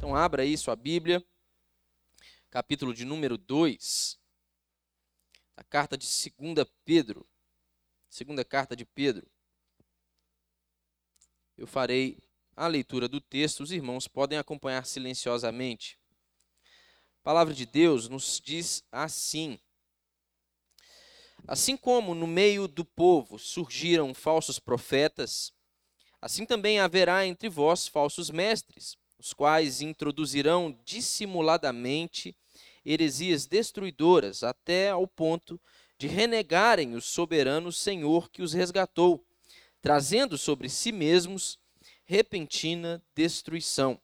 Então abra aí sua Bíblia, capítulo de número 2, a carta de 2 Pedro, segunda carta de Pedro. Eu farei a leitura do texto, os irmãos podem acompanhar silenciosamente. A palavra de Deus nos diz assim: assim como no meio do povo surgiram falsos profetas, assim também haverá entre vós falsos mestres, os quais introduzirão dissimuladamente heresias destruidoras, até ao ponto de renegarem o soberano Senhor que os resgatou, trazendo sobre si mesmos repentina destruição.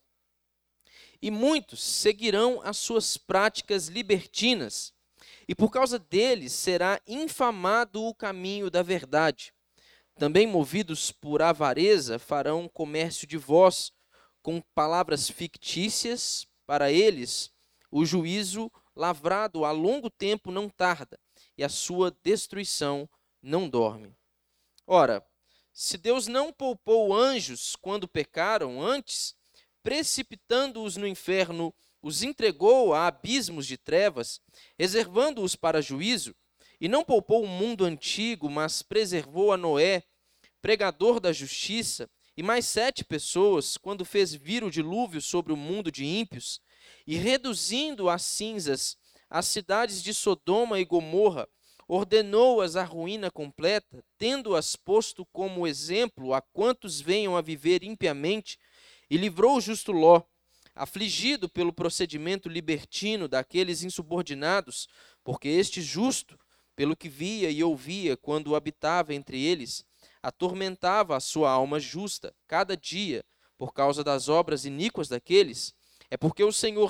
E muitos seguirão as suas práticas libertinas, e por causa deles será infamado o caminho da verdade. Também movidos por avareza farão comércio de vós com palavras fictícias. Para eles, o juízo lavrado há longo tempo não tarda, e a sua destruição não dorme. Ora, se Deus não poupou anjos quando pecaram, antes, precipitando-os no inferno, os entregou a abismos de trevas, reservando-os para juízo, e não poupou o mundo antigo, mas preservou a Noé, pregador da justiça, e mais 7 pessoas, quando fez vir o dilúvio sobre o mundo de ímpios, e reduzindo a cinzas as cidades de Sodoma e Gomorra, ordenou-as à ruína completa, tendo-as posto como exemplo a quantos venham a viver impiamente, e livrou o justo Ló, afligido pelo procedimento libertino daqueles insubordinados, porque este justo, pelo que via e ouvia quando habitava entre eles, atormentava a sua alma justa cada dia por causa das obras iníquas daqueles. É porque o Senhor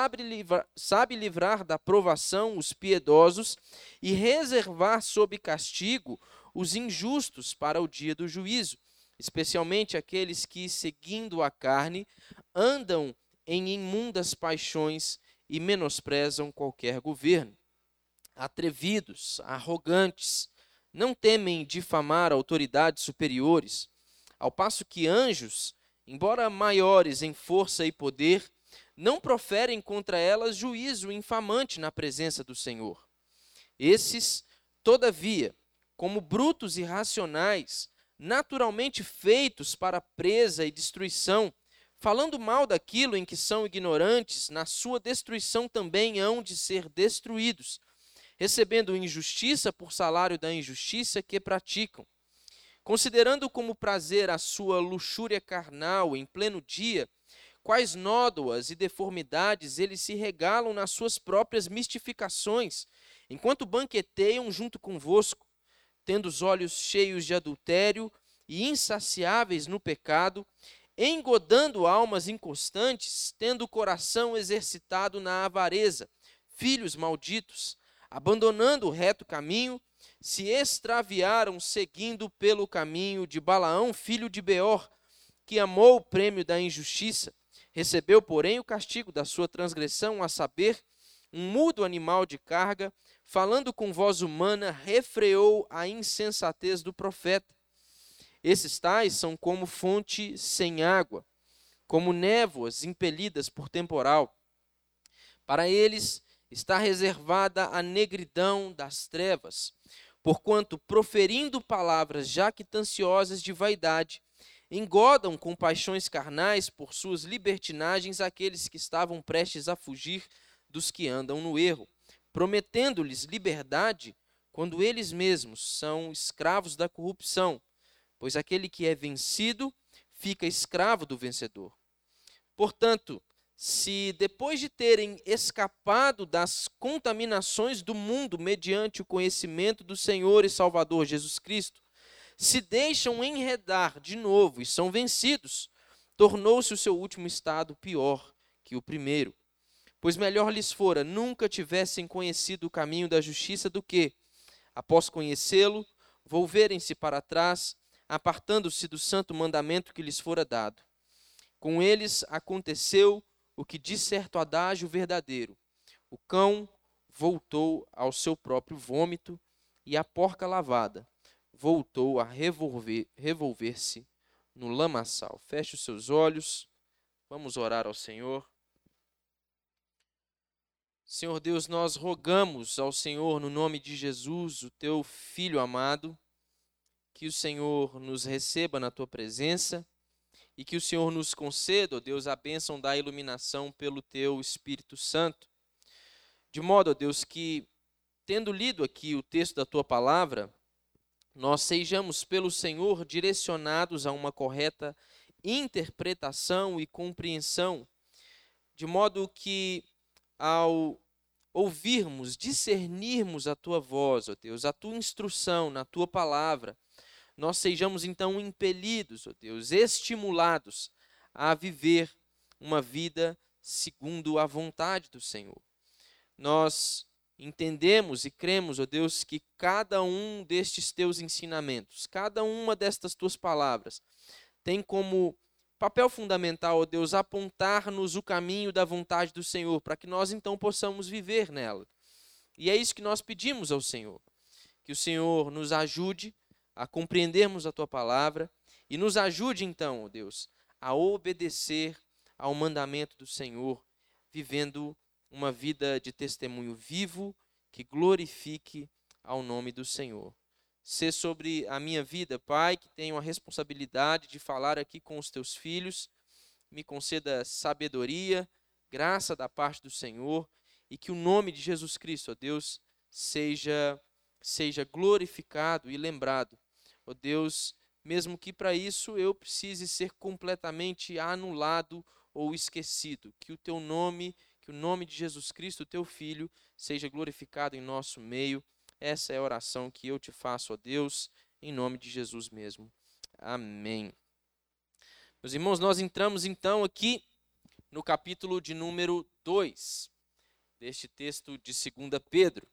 sabe livrar da provação os piedosos e reservar sob castigo os injustos para o dia do juízo, especialmente aqueles que, seguindo a carne, andam em imundas paixões e menosprezam qualquer governo. Atrevidos, arrogantes, não temem difamar autoridades superiores, ao passo que anjos, embora maiores em força e poder, não proferem contra elas juízo infamante na presença do Senhor. Esses, todavia, como brutos irracionais, naturalmente feitos para presa e destruição, falando mal daquilo em que são ignorantes, na sua destruição também hão de ser destruídos, recebendo injustiça por salário da injustiça que praticam. Considerando como prazer a sua luxúria carnal em pleno dia, quais nódoas e deformidades eles se regalam nas suas próprias mistificações, enquanto banqueteiam junto convosco, tendo os olhos cheios de adultério e insaciáveis no pecado, engodando almas inconstantes, tendo o coração exercitado na avareza, filhos malditos, abandonando o reto caminho, se extraviaram seguindo pelo caminho de Balaão, filho de Beor, que amou o prêmio da injustiça, recebeu, porém, o castigo da sua transgressão, a saber, um mudo animal de carga, falando com voz humana, refreou a insensatez do profeta. Esses tais são como fonte sem água, como névoas impelidas por temporal. Para eles está reservada a negridão das trevas, porquanto, proferindo palavras jactanciosas de vaidade, engodam com paixões carnais por suas libertinagens aqueles que estavam prestes a fugir dos que andam no erro, prometendo-lhes liberdade quando eles mesmos são escravos da corrupção, pois aquele que é vencido fica escravo do vencedor. Portanto, se depois de terem escapado das contaminações do mundo mediante o conhecimento do Senhor e Salvador Jesus Cristo, se deixam enredar de novo e são vencidos, tornou-se o seu último estado pior que o primeiro. Pois melhor lhes fora nunca tivessem conhecido o caminho da justiça do que, após conhecê-lo, volverem-se para trás, apartando-se do santo mandamento que lhes fora dado. Com eles aconteceu o que diz certo adágio verdadeiro: o cão voltou ao seu próprio vômito e a porca lavada voltou a revolver-se no lamaçal. Feche os seus olhos, vamos orar ao Senhor. Senhor Deus, nós rogamos ao Senhor, no nome de Jesus, o teu Filho amado, que o Senhor nos receba na tua presença e que o Senhor nos conceda, ó Deus, a bênção da iluminação pelo teu Espírito Santo. De modo, ó Deus, que, tendo lido aqui o texto da tua palavra, nós sejamos pelo Senhor direcionados a uma correta interpretação e compreensão, de modo que, ao ouvirmos, discernirmos a tua voz, ó Deus, a tua instrução na tua palavra, nós sejamos então impelidos, ó Deus, estimulados a viver uma vida segundo a vontade do Senhor. Nós entendemos e cremos, ó Deus, que cada um destes teus ensinamentos, cada uma destas tuas palavras, tem como papel fundamental, ó Deus, apontar-nos o caminho da vontade do Senhor, para que nós então possamos viver nela. E é isso que nós pedimos ao Senhor, que o Senhor nos ajude a compreendermos a tua palavra e nos ajude então, ó Deus, a obedecer ao mandamento do Senhor, vivendo uma vida de testemunho vivo que glorifique ao nome do Senhor. Sê sobre a minha vida, Pai, que tenho a responsabilidade de falar aqui com os teus filhos, me conceda sabedoria, graça da parte do Senhor, e que o nome de Jesus Cristo, ó Deus, seja glorificado e lembrado. Ó Deus, mesmo que para isso eu precise ser completamente anulado ou esquecido, que o teu nome, que o nome de Jesus Cristo, teu Filho, seja glorificado em nosso meio. Essa é a oração que eu te faço, ó Deus, em nome de Jesus mesmo. Amém. Meus irmãos, nós entramos então aqui no capítulo de número 2, deste texto de 2 Pedro.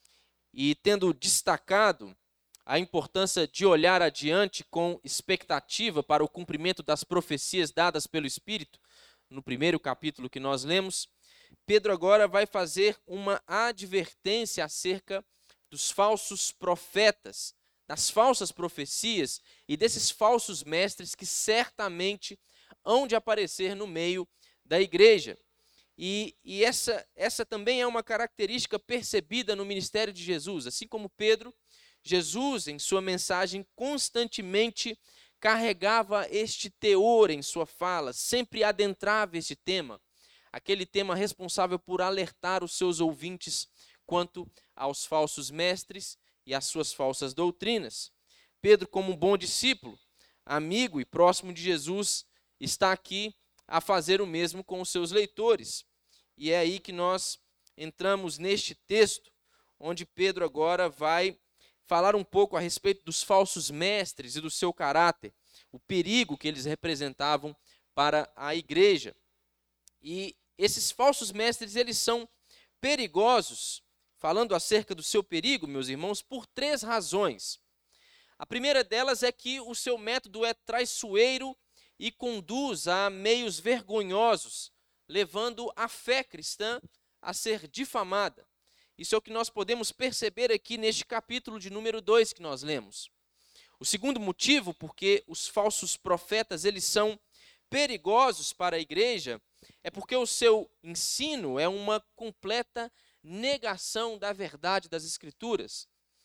E tendo destacado a importância de olhar adiante com expectativa para o cumprimento das profecias dadas pelo Espírito, no primeiro capítulo que nós lemos, Pedro agora vai fazer uma advertência acerca dos falsos profetas, das falsas profecias e desses falsos mestres que certamente hão de aparecer no meio da igreja. E essa também é uma característica percebida no ministério de Jesus. Assim como Pedro, Jesus, em sua mensagem, constantemente carregava este teor em sua fala, sempre adentrava este tema, aquele tema responsável por alertar os seus ouvintes quanto aos falsos mestres e às suas falsas doutrinas. Pedro, como um bom discípulo, amigo e próximo de Jesus, está aqui a fazer o mesmo com os seus leitores. E é aí que nós entramos neste texto, onde Pedro agora vai falar um pouco a respeito dos falsos mestres e do seu caráter, o perigo que eles representavam para a igreja. E esses falsos mestres, eles são perigosos, falando acerca do seu perigo, meus irmãos, por 3 razões. A primeira delas é que o seu método é traiçoeiro e conduz a meios vergonhosos, levando a fé cristã a ser difamada. Isso é o que nós podemos perceber aqui neste capítulo de número 2 que nós lemos. O segundo motivo, porque os falsos profetas, eles são perigosos para a igreja, é porque o seu ensino é uma completa negação da verdade das Escrituras.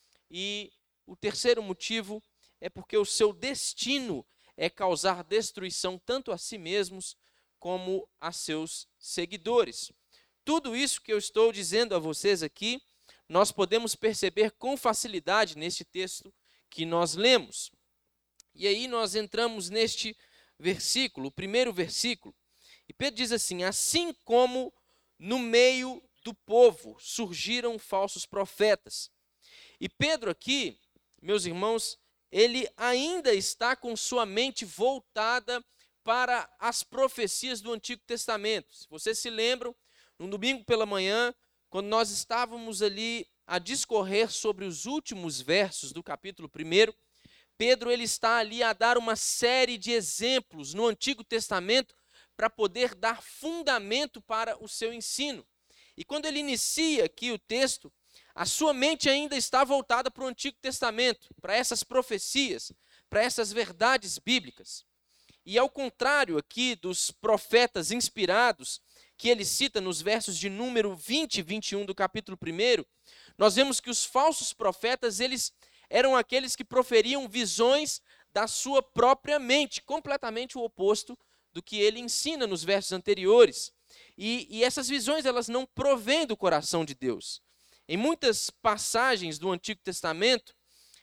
E o terceiro motivo é porque o seu destino é causar destruição tanto a si mesmos como a seus seguidores. Tudo isso que eu estou dizendo a vocês aqui, nós podemos perceber com facilidade neste texto que nós lemos. E aí nós entramos neste versículo, o primeiro versículo, e Pedro diz assim: assim como no meio do povo surgiram falsos profetas. E Pedro aqui, meus irmãos, ele ainda está com sua mente voltada para as profecias do Antigo Testamento. Se vocês se lembram, no domingo pela manhã, quando nós estávamos ali a discorrer sobre os últimos versos do capítulo 1, Pedro ele está ali a dar uma série de exemplos no Antigo Testamento para poder dar fundamento para o seu ensino. E quando ele inicia aqui o texto, a sua mente ainda está voltada para o Antigo Testamento, para essas profecias, para essas verdades bíblicas. E ao contrário aqui dos profetas inspirados, que ele cita nos versos de número 20 e 21 do capítulo 1, nós vemos que os falsos profetas, eles eram aqueles que proferiam visões da sua própria mente, completamente o oposto do que ele ensina nos versos anteriores. E essas visões, elas não provêm do coração de Deus. Em muitas passagens do Antigo Testamento,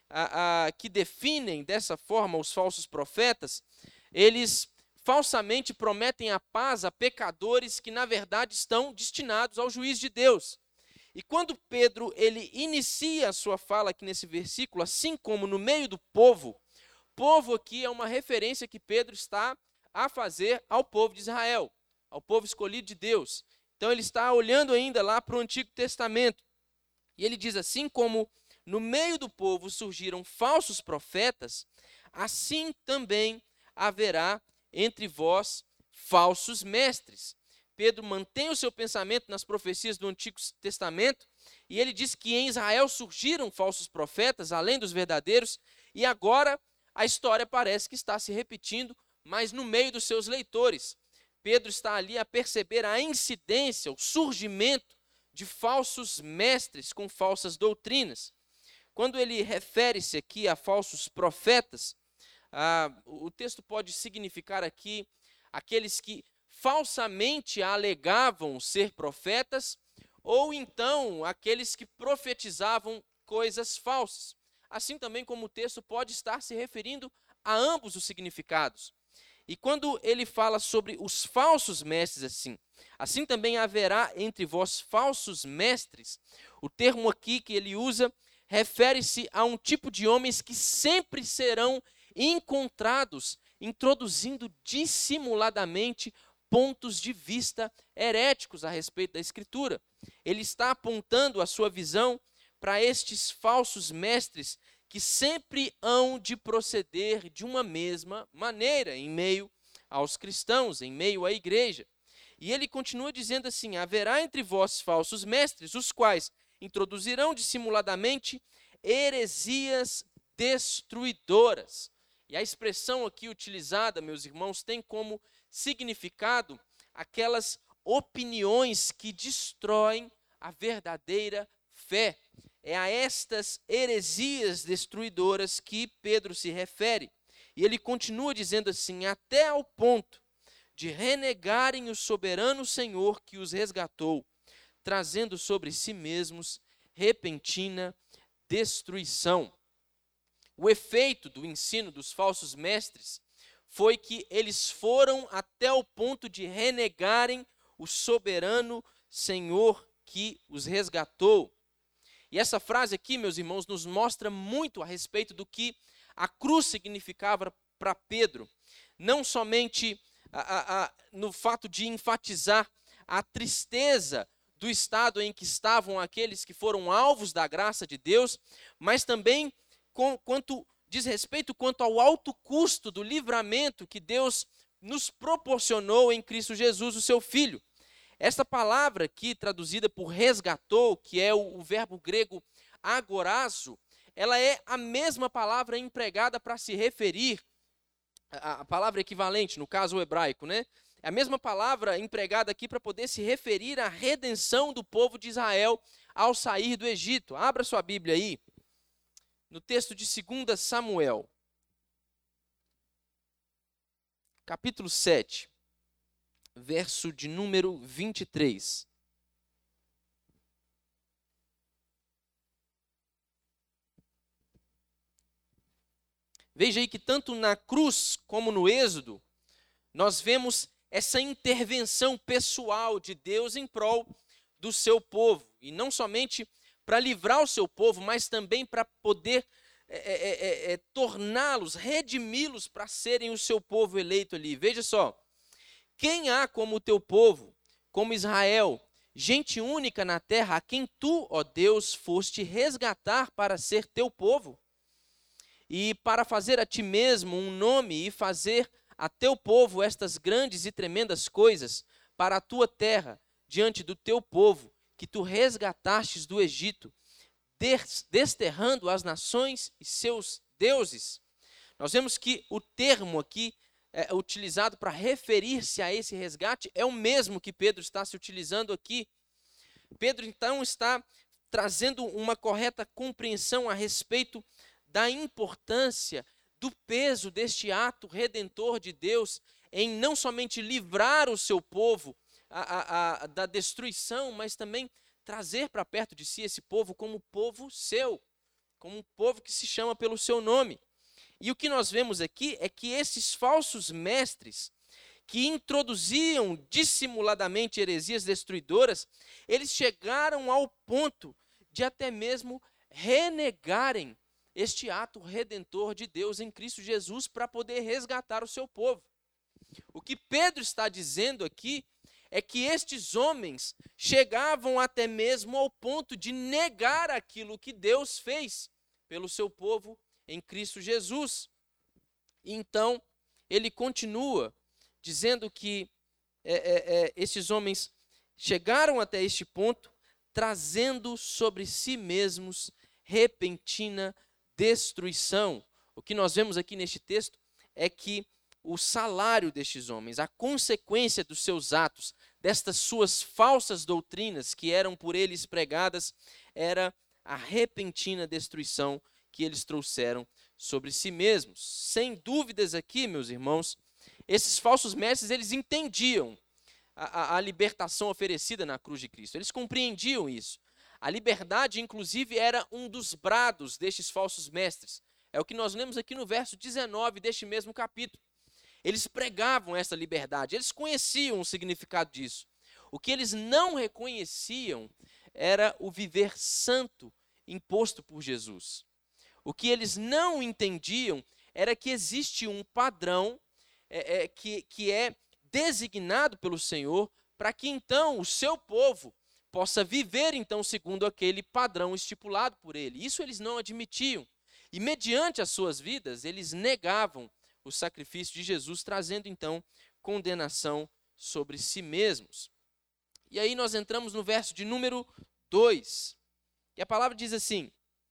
que definem dessa forma os falsos profetas, eles falsamente prometem a paz a pecadores que, na verdade, estão destinados ao juízo de Deus. E quando Pedro ele inicia a sua fala aqui nesse versículo, assim como no meio do povo aqui é uma referência que Pedro está a fazer ao povo de Israel, ao povo escolhido de Deus. Então ele está olhando ainda lá para o Antigo Testamento. E ele diz assim como no meio do povo surgiram falsos profetas, assim também haverá entre vós falsos mestres. Pedro mantém o seu pensamento nas profecias do Antigo Testamento e ele diz que em Israel surgiram falsos profetas, além dos verdadeiros, e agora a história parece que está se repetindo, mas no meio dos seus leitores. Pedro está ali a perceber a incidência, o surgimento de falsos mestres com falsas doutrinas. Quando ele refere-se aqui a falsos profetas, o texto pode significar aqui aqueles que falsamente alegavam ser profetas, ou então aqueles que profetizavam coisas falsas. Assim também como o texto pode estar se referindo a ambos os significados. E quando ele fala sobre os falsos mestres assim também haverá entre vós falsos mestres, o termo aqui que ele usa refere-se a um tipo de homens que sempre serão encontrados introduzindo dissimuladamente pontos de vista heréticos a respeito da Escritura. Ele está apontando a sua visão para estes falsos mestres que sempre hão de proceder de uma mesma maneira em meio aos cristãos, em meio à igreja. E ele continua dizendo assim: haverá entre vós falsos mestres, os quais introduzirão dissimuladamente heresias destruidoras. E a expressão aqui utilizada, meus irmãos, tem como significado aquelas opiniões que destroem a verdadeira fé. É a estas heresias destruidoras que Pedro se refere. E ele continua dizendo assim: até ao ponto de renegarem o soberano Senhor que os resgatou, trazendo sobre si mesmos repentina destruição. O efeito do ensino dos falsos mestres foi que eles foram até o ponto de renegarem o soberano Senhor que os resgatou. E essa frase aqui, meus irmãos, nos mostra muito a respeito do que a cruz significava para Pedro. Não somente no fato de enfatizar a tristeza do estado em que estavam aqueles que foram alvos da graça de Deus, mas também quanto diz respeito quanto ao alto custo do livramento que Deus nos proporcionou em Cristo Jesus, o seu Filho. Esta palavra aqui, traduzida por resgatou, que é o verbo grego agorazo, ela é a mesma palavra empregada para se referir, a palavra equivalente, no caso o hebraico, né? É a mesma palavra empregada aqui para poder se referir à redenção do povo de Israel ao sair do Egito. Abra sua Bíblia aí, no texto de 2 Samuel, capítulo 7. Verso de número 23. Veja aí que tanto na cruz como no Êxodo, nós vemos essa intervenção pessoal de Deus em prol do seu povo. E não somente para livrar o seu povo, mas também para poder torná-los, redimi-los para serem o seu povo eleito ali. Veja só. Quem há como o teu povo, como Israel, gente única na terra, a quem tu, ó Deus, foste resgatar para ser teu povo? E para fazer a ti mesmo um nome e fazer a teu povo estas grandes e tremendas coisas para a tua terra, diante do teu povo, que tu resgatastes do Egito, desterrando as nações e seus deuses. Nós vemos que o termo aqui utilizado para referir-se a esse resgate é o mesmo que Pedro está se utilizando aqui. Pedro, então, está trazendo uma correta compreensão a respeito da importância, do peso deste ato redentor de Deus em não somente livrar o seu povo da destruição, mas também trazer para perto de si esse povo como povo seu, como um povo que se chama pelo seu nome. E o que nós vemos aqui é que esses falsos mestres, que introduziam dissimuladamente heresias destruidoras, eles chegaram ao ponto de até mesmo renegarem este ato redentor de Deus em Cristo Jesus para poder resgatar o seu povo. O que Pedro está dizendo aqui é que estes homens chegavam até mesmo ao ponto de negar aquilo que Deus fez pelo seu povo em Cristo Jesus. E então, ele continua dizendo que esses homens chegaram até este ponto, trazendo sobre si mesmos repentina destruição. O que nós vemos aqui neste texto é que o salário destes homens, a consequência dos seus atos, destas suas falsas doutrinas que eram por eles pregadas, era a repentina destruição que eles trouxeram sobre si mesmos. Sem dúvidas aqui, meus irmãos, esses falsos mestres, eles entendiam a libertação oferecida na cruz de Cristo. Eles compreendiam isso. A liberdade, inclusive, era um dos brados destes falsos mestres. É o que nós lemos aqui no verso 19 deste mesmo capítulo. Eles pregavam essa liberdade, eles conheciam o significado disso. O que eles não reconheciam era o viver santo imposto por Jesus. O que eles não entendiam era que existe um padrão que é designado pelo Senhor para que então o seu povo possa viver então segundo aquele padrão estipulado por ele. Isso eles não admitiam. E mediante as suas vidas, eles negavam o sacrifício de Jesus, trazendo então condenação sobre si mesmos. E aí nós entramos no verso de número 2. E a palavra diz assim: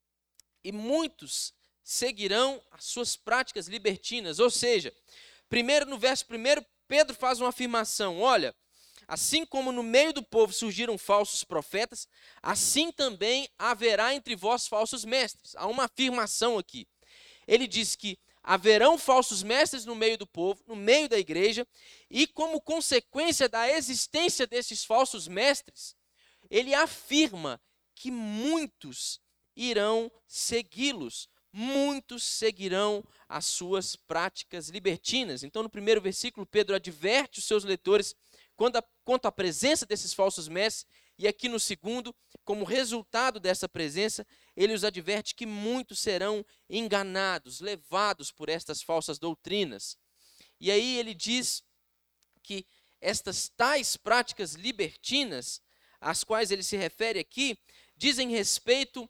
e muitos seguirão as suas práticas libertinas. Ou seja, primeiro no verso 1, Pedro faz uma afirmação: olha, assim como no meio do povo surgiram falsos profetas, assim também haverá entre vós falsos mestres. Há uma afirmação aqui. Ele diz que haverão falsos mestres no meio do povo, no meio da igreja, e como consequência da existência desses falsos mestres, ele afirma que muitos irão segui-los, muitos seguirão as suas práticas libertinas. Então, no primeiro versículo, Pedro adverte os seus leitores quanto à presença desses falsos mestres, e aqui no segundo, como resultado dessa presença, ele os adverte que muitos serão enganados, levados por estas falsas doutrinas. E aí ele diz que estas tais práticas libertinas, às quais ele se refere aqui, dizem respeito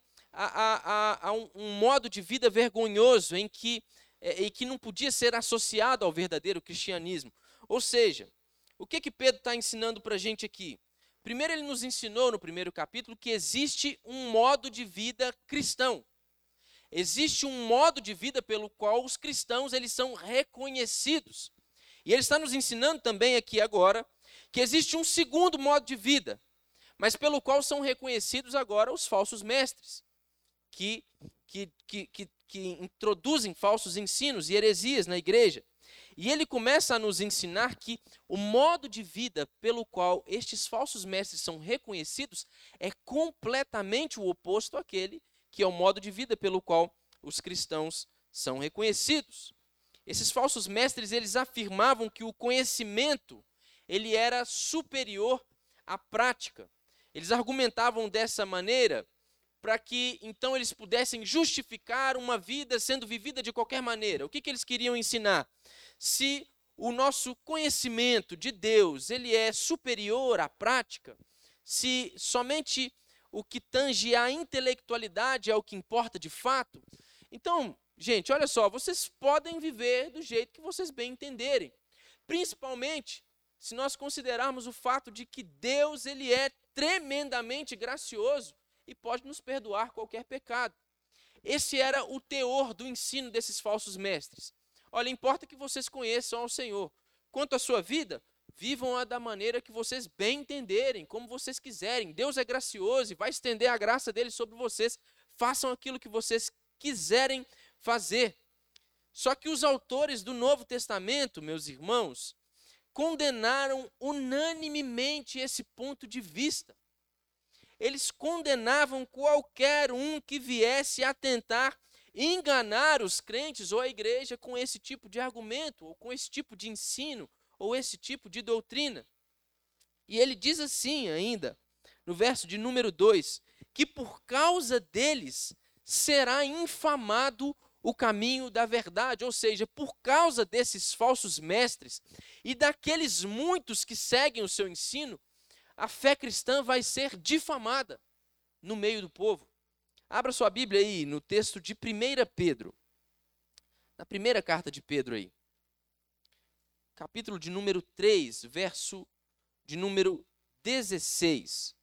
a um modo de vida vergonhoso em que não podia ser associado ao verdadeiro cristianismo. Ou seja, o que Pedro está ensinando para a gente aqui? Primeiro, ele nos ensinou no primeiro capítulo que existe um modo de vida cristão. Existe um modo de vida pelo qual os cristãos eles são reconhecidos. E ele está nos ensinando também aqui agora que existe um segundo modo de vida, mas pelo qual são reconhecidos agora os falsos mestres, que introduzem falsos ensinos e heresias na igreja. E ele começa a nos ensinar que o modo de vida pelo qual estes falsos mestres são reconhecidos é completamente o oposto àquele que é o modo de vida pelo qual os cristãos são reconhecidos. Esses falsos mestres, eles afirmavam que o conhecimento ele era superior à prática. Eles argumentavam dessa maneira para que então eles pudessem justificar uma vida sendo vivida de qualquer maneira. O que eles queriam ensinar? Se o nosso conhecimento de Deus ele é superior à prática, se somente o que tange a intelectualidade é o que importa de fato, então, gente, olha só, vocês podem viver do jeito que vocês bem entenderem, principalmente se nós considerarmos o fato de que Deus ele é tremendamente gracioso e pode nos perdoar qualquer pecado. Esse era o teor do ensino desses falsos mestres. Olha, importa que vocês conheçam ao Senhor. Quanto à sua vida, vivam-a da maneira que vocês bem entenderem, como vocês quiserem. Deus é gracioso e vai estender a graça dele sobre vocês. Façam aquilo que vocês quiserem fazer. Só que os autores do Novo Testamento, meus irmãos, condenaram unanimemente esse ponto de vista. Eles condenavam qualquer um que viesse a tentar enganar os crentes ou a igreja com esse tipo de argumento, ou com esse tipo de ensino, ou esse tipo de doutrina. E ele diz assim ainda, no verso de número 2, que por causa deles será infamado o caminho da verdade, ou seja, por causa desses falsos mestres e daqueles muitos que seguem o seu ensino, a fé cristã vai ser difamada no meio do povo. Abra sua Bíblia aí no texto de 1 Pedro, na primeira carta de Pedro aí, capítulo de número 3, verso de número 16.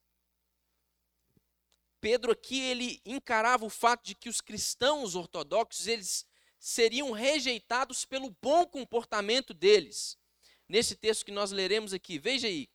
Pedro aqui, ele encarava o fato de que os cristãos ortodoxos, eles seriam rejeitados pelo bom comportamento deles. Nesse texto que nós leremos aqui, veja aí.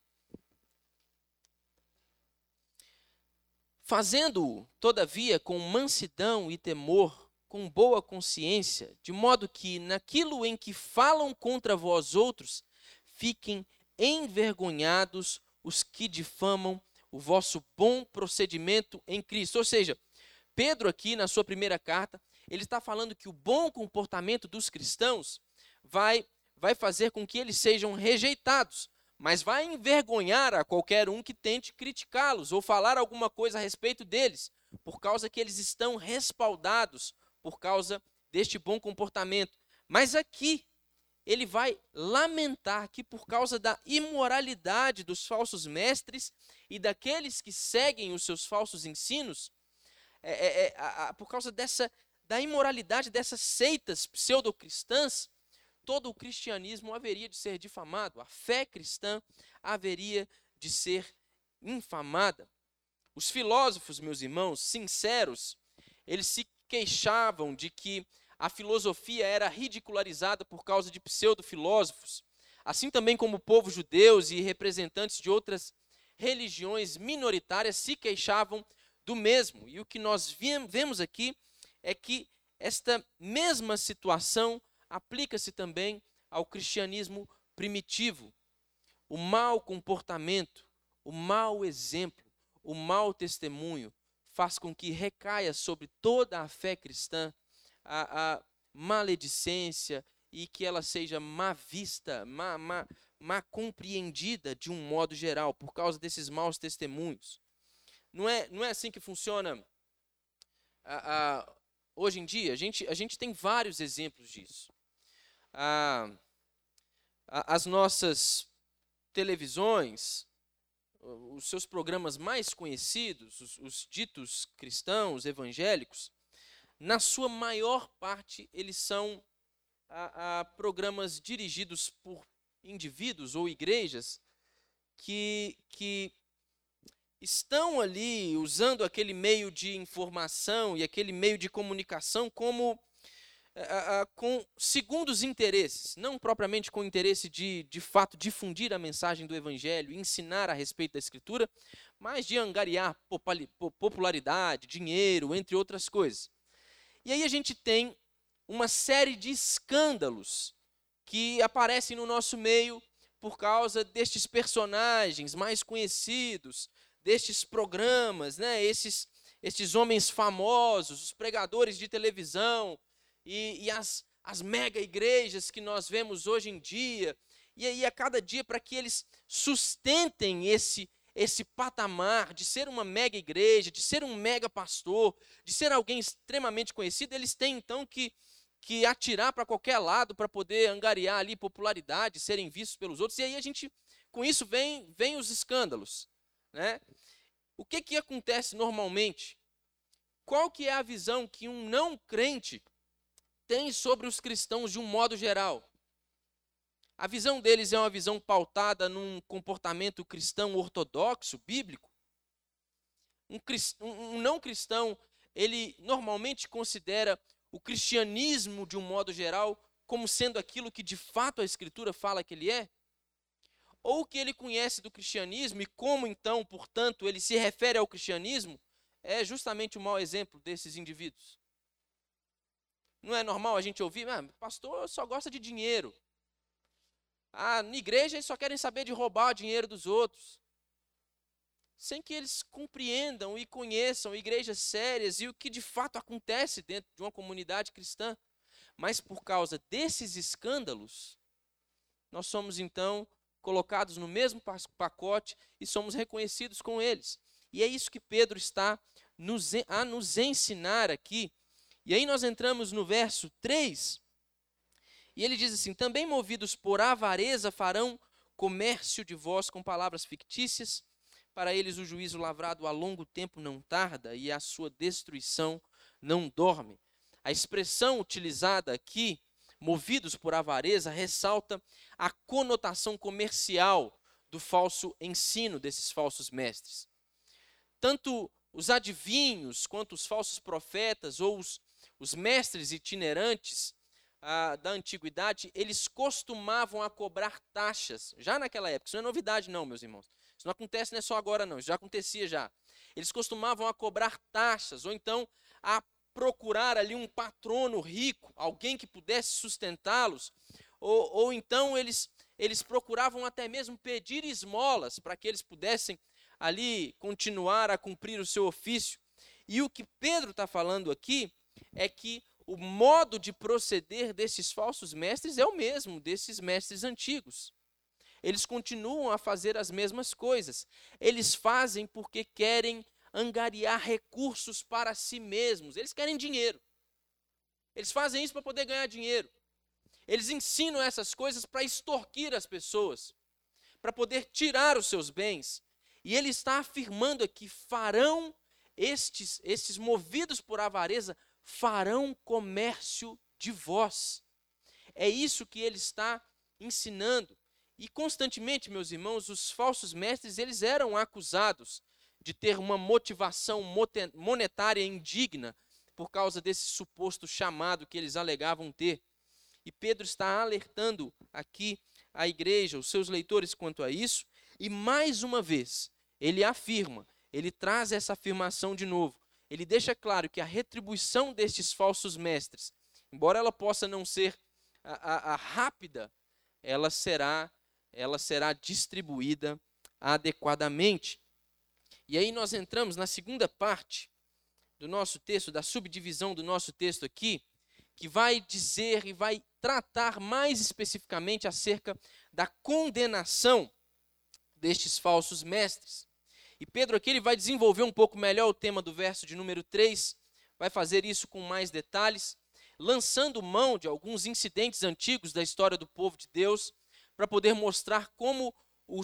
Fazendo-o, todavia, com mansidão e temor, com boa consciência, de modo que, naquilo em que falam contra vós outros, fiquem envergonhados os que difamam o vosso bom procedimento em Cristo. Ou seja, Pedro aqui, na sua primeira carta, ele está falando que o bom comportamento dos cristãos vai fazer com que eles sejam rejeitados, mas vai envergonhar a qualquer um que tente criticá-los ou falar alguma coisa a respeito deles, por causa que eles estão respaldados por causa deste bom comportamento. Mas aqui, ele vai lamentar que por causa da imoralidade dos falsos mestres e daqueles que seguem os seus falsos ensinos, por causa da imoralidade dessas seitas pseudocristãs, todo o cristianismo haveria de ser difamado, a fé cristã haveria de ser infamada. Os filósofos, meus irmãos, sinceros, eles se queixavam de que a filosofia era ridicularizada por causa de pseudo-filósofos, assim também como o povo judeus e representantes de outras religiões minoritárias se queixavam do mesmo. E o que nós vemos aqui é que esta mesma situação aplica-se também ao cristianismo primitivo. O mau comportamento, o mau exemplo, o mau testemunho faz com que recaia sobre toda a fé cristã a maledicência e que ela seja má vista, má compreendida de um modo geral por causa desses maus testemunhos. Não é assim que funciona hoje em dia. A gente tem vários exemplos disso. As nossas televisões, os seus programas mais conhecidos, os ditos cristãos, evangélicos, na sua maior parte, eles são programas dirigidos por indivíduos ou igrejas que estão ali usando aquele meio de informação e aquele meio de comunicação como com segundos interesses, não propriamente com o interesse de fato difundir a mensagem do Evangelho, ensinar a respeito da Escritura, mas de angariar popularidade, dinheiro, entre outras coisas. E aí a gente tem uma série de escândalos que aparecem no nosso meio por causa destes personagens mais conhecidos, destes programas, né? Estes homens famosos, os pregadores de televisão e as mega igrejas que nós vemos hoje em dia. E aí a cada dia, para que eles sustentem esse patamar de ser uma mega igreja, de ser um mega pastor, de ser alguém extremamente conhecido, eles têm então que atirar para qualquer lado para poder angariar ali popularidade, serem vistos pelos outros. E aí com isso vem os escândalos, né? O que acontece normalmente? Qual que é a visão que um não crente tem sobre os cristãos de um modo geral? A visão deles é uma visão pautada num comportamento cristão ortodoxo, bíblico. Um não cristão, ele normalmente considera o cristianismo, de um modo geral, como sendo aquilo que de fato a Escritura fala que ele é? Ou o que ele conhece do cristianismo e como então, portanto, ele se refere ao cristianismo, é justamente o mau exemplo desses indivíduos. Não é normal a gente ouvir, pastor só gosta de dinheiro. Na igreja eles só querem saber de roubar o dinheiro dos outros. Sem que eles compreendam e conheçam igrejas sérias e o que de fato acontece dentro de uma comunidade cristã. Mas por causa desses escândalos, nós somos então colocados no mesmo pacote e somos reconhecidos com eles. E é isso que Pedro está a nos ensinar aqui. E aí nós entramos no verso 3, e ele diz assim: também movidos por avareza farão comércio de vós com palavras fictícias, para eles o juízo lavrado a longo tempo não tarda e a sua destruição não dorme. A expressão utilizada aqui, movidos por avareza, ressalta a conotação comercial do falso ensino desses falsos mestres. Tanto os adivinhos quanto os falsos profetas ou os mestres itinerantes da antiguidade, eles costumavam a cobrar taxas, já naquela época. Isso não é novidade não, meus irmãos. Isso não acontece, não é só agora não, isso já acontecia já. Eles costumavam a cobrar taxas, ou então a procurar ali um patrono rico, alguém que pudesse sustentá-los, ou então eles procuravam até mesmo pedir esmolas para que eles pudessem ali continuar a cumprir o seu ofício. E o que Pedro está falando aqui é que o modo de proceder desses falsos mestres é o mesmo desses mestres antigos. Eles continuam a fazer as mesmas coisas. Eles fazem porque querem angariar recursos para si mesmos. Eles querem dinheiro. Eles fazem isso para poder ganhar dinheiro. Eles ensinam essas coisas para extorquir as pessoas, para poder tirar os seus bens. E ele está afirmando aqui: farão estes movidos por avareza, farão comércio de vós. É isso que ele está ensinando. E constantemente, meus irmãos, os falsos mestres, eles eram acusados de ter uma motivação monetária indigna por causa desse suposto chamado que eles alegavam ter. E Pedro está alertando aqui a igreja, os seus leitores quanto a isso, e mais uma vez, ele afirma, ele traz essa afirmação de novo. Ele deixa claro que a retribuição destes falsos mestres, embora ela possa não ser rápida, ela será distribuída adequadamente. E aí nós entramos na segunda parte do nosso texto, da subdivisão do nosso texto aqui, que vai dizer e vai tratar mais especificamente acerca da condenação destes falsos mestres. E Pedro aqui ele vai desenvolver um pouco melhor o tema do verso de número 3, vai fazer isso com mais detalhes, lançando mão de alguns incidentes antigos da história do povo de Deus, para poder mostrar como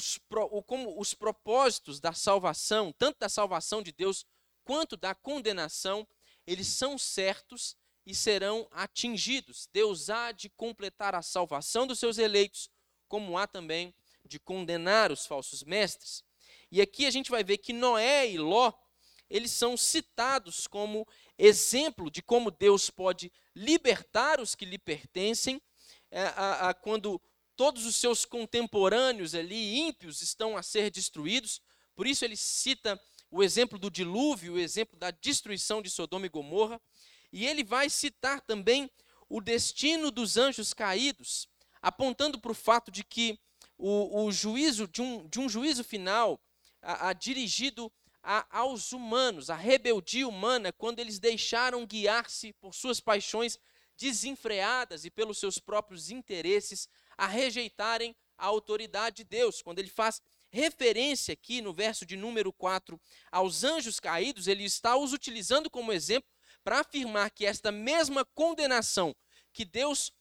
os propósitos da salvação, tanto da salvação de Deus quanto da condenação, eles são certos e serão atingidos. Deus há de completar a salvação dos seus eleitos, como há também de condenar os falsos mestres. E aqui a gente vai ver que Noé e Ló, eles são citados como exemplo de como Deus pode libertar os que lhe pertencem, quando todos os seus contemporâneos ali, ímpios, estão a ser destruídos. Por isso ele cita o exemplo do dilúvio, o exemplo da destruição de Sodoma e Gomorra. E ele vai citar também o destino dos anjos caídos, apontando para o fato de que o juízo de um juízo final dirigido aos humanos, a rebeldia humana, quando eles deixaram guiar-se por suas paixões desenfreadas e pelos seus próprios interesses, a rejeitarem a autoridade de Deus. Quando ele faz referência aqui no verso de número 4 aos anjos caídos, ele está os utilizando como exemplo para afirmar que esta mesma condenação que Deus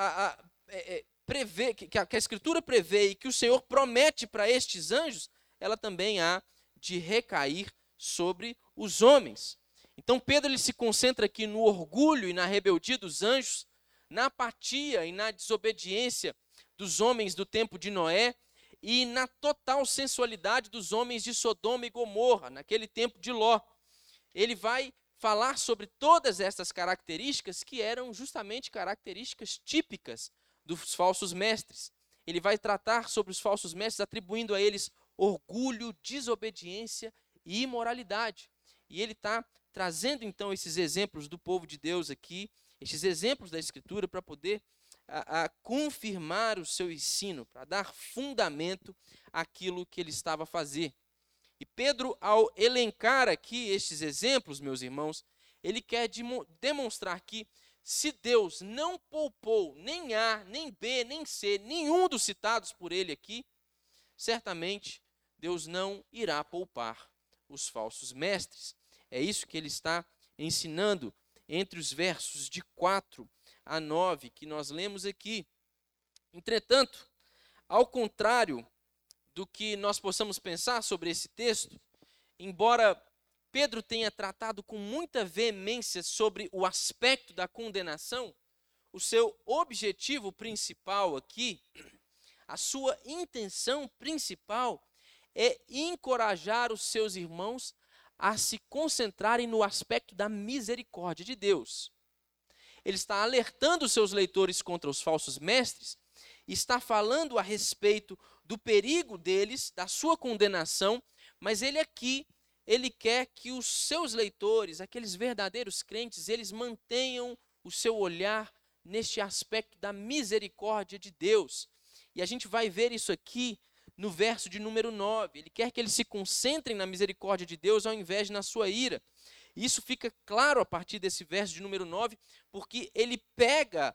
prevê, que a Escritura prevê e que o Senhor promete para estes anjos, ela também há de recair sobre os homens. Então Pedro ele se concentra aqui no orgulho e na rebeldia dos anjos, na apatia e na desobediência dos homens do tempo de Noé e na total sensualidade dos homens de Sodoma e Gomorra, naquele tempo de Ló. Ele vai falar sobre todas essas características que eram justamente características típicas dos falsos mestres. Ele vai tratar sobre os falsos mestres, atribuindo a eles orgulho, desobediência e imoralidade. E ele está trazendo então esses exemplos do povo de Deus aqui, esses exemplos da Escritura, para poder confirmar o seu ensino, para dar fundamento àquilo que ele estava a fazer. E Pedro, ao elencar aqui estes exemplos, meus irmãos, ele quer demonstrar que se Deus não poupou nem A, nem B, nem C, nenhum dos citados por ele aqui, certamente Deus não irá poupar os falsos mestres. É isso que ele está ensinando entre os versos de 4 a 9 que nós lemos aqui. Entretanto, ao contrário do que nós possamos pensar sobre esse texto, embora Pedro tenha tratado com muita veemência sobre o aspecto da condenação, o seu objetivo principal aqui, a sua intenção principal é encorajar os seus irmãos a se concentrarem no aspecto da misericórdia de Deus. Ele está alertando os seus leitores contra os falsos mestres, está falando a respeito do perigo deles, da sua condenação, mas ele quer que os seus leitores, aqueles verdadeiros crentes, eles mantenham o seu olhar neste aspecto da misericórdia de Deus. E a gente vai ver isso aqui no verso de número 9. Ele quer que eles se concentrem na misericórdia de Deus ao invés de na sua ira. Isso fica claro a partir desse verso de número 9, porque ele pega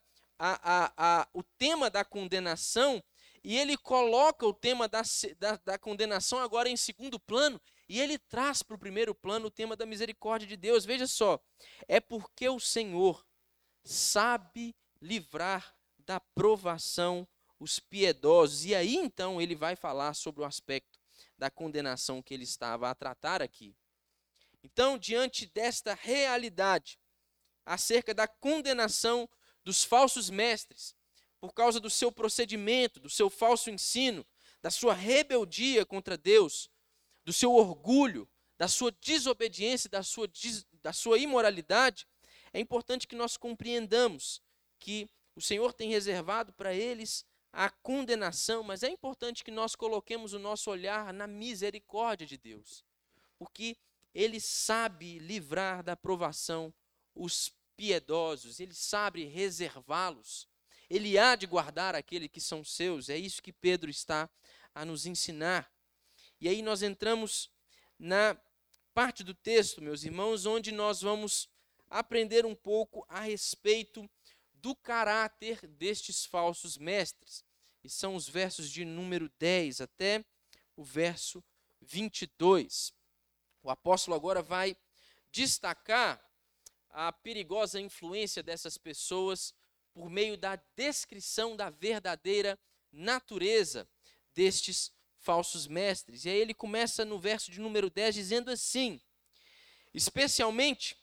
o tema da condenação e ele coloca o tema da condenação agora em segundo plano e ele traz para o primeiro plano o tema da misericórdia de Deus. Veja só, é porque o Senhor sabe livrar da provação os piedosos. E aí então ele vai falar sobre o aspecto da condenação que ele estava a tratar aqui. Então, diante desta realidade acerca da condenação dos falsos mestres, por causa do seu procedimento, do seu falso ensino, da sua rebeldia contra Deus, do seu orgulho, da sua desobediência, da sua imoralidade, é importante que nós compreendamos que o Senhor tem reservado para eles a condenação, mas é importante que nós coloquemos o nosso olhar na misericórdia de Deus, porque Ele sabe livrar da provação os piedosos, Ele sabe reservá-los, Ele há de guardar aqueles que são seus. É isso que Pedro está a nos ensinar. E aí nós entramos na parte do texto, meus irmãos, onde nós vamos aprender um pouco a respeito do caráter destes falsos mestres. E são os versos de número 10 até o verso 22. O apóstolo agora vai destacar a perigosa influência dessas pessoas por meio da descrição da verdadeira natureza destes falsos mestres. E aí ele começa no verso de número 10 dizendo assim: especialmente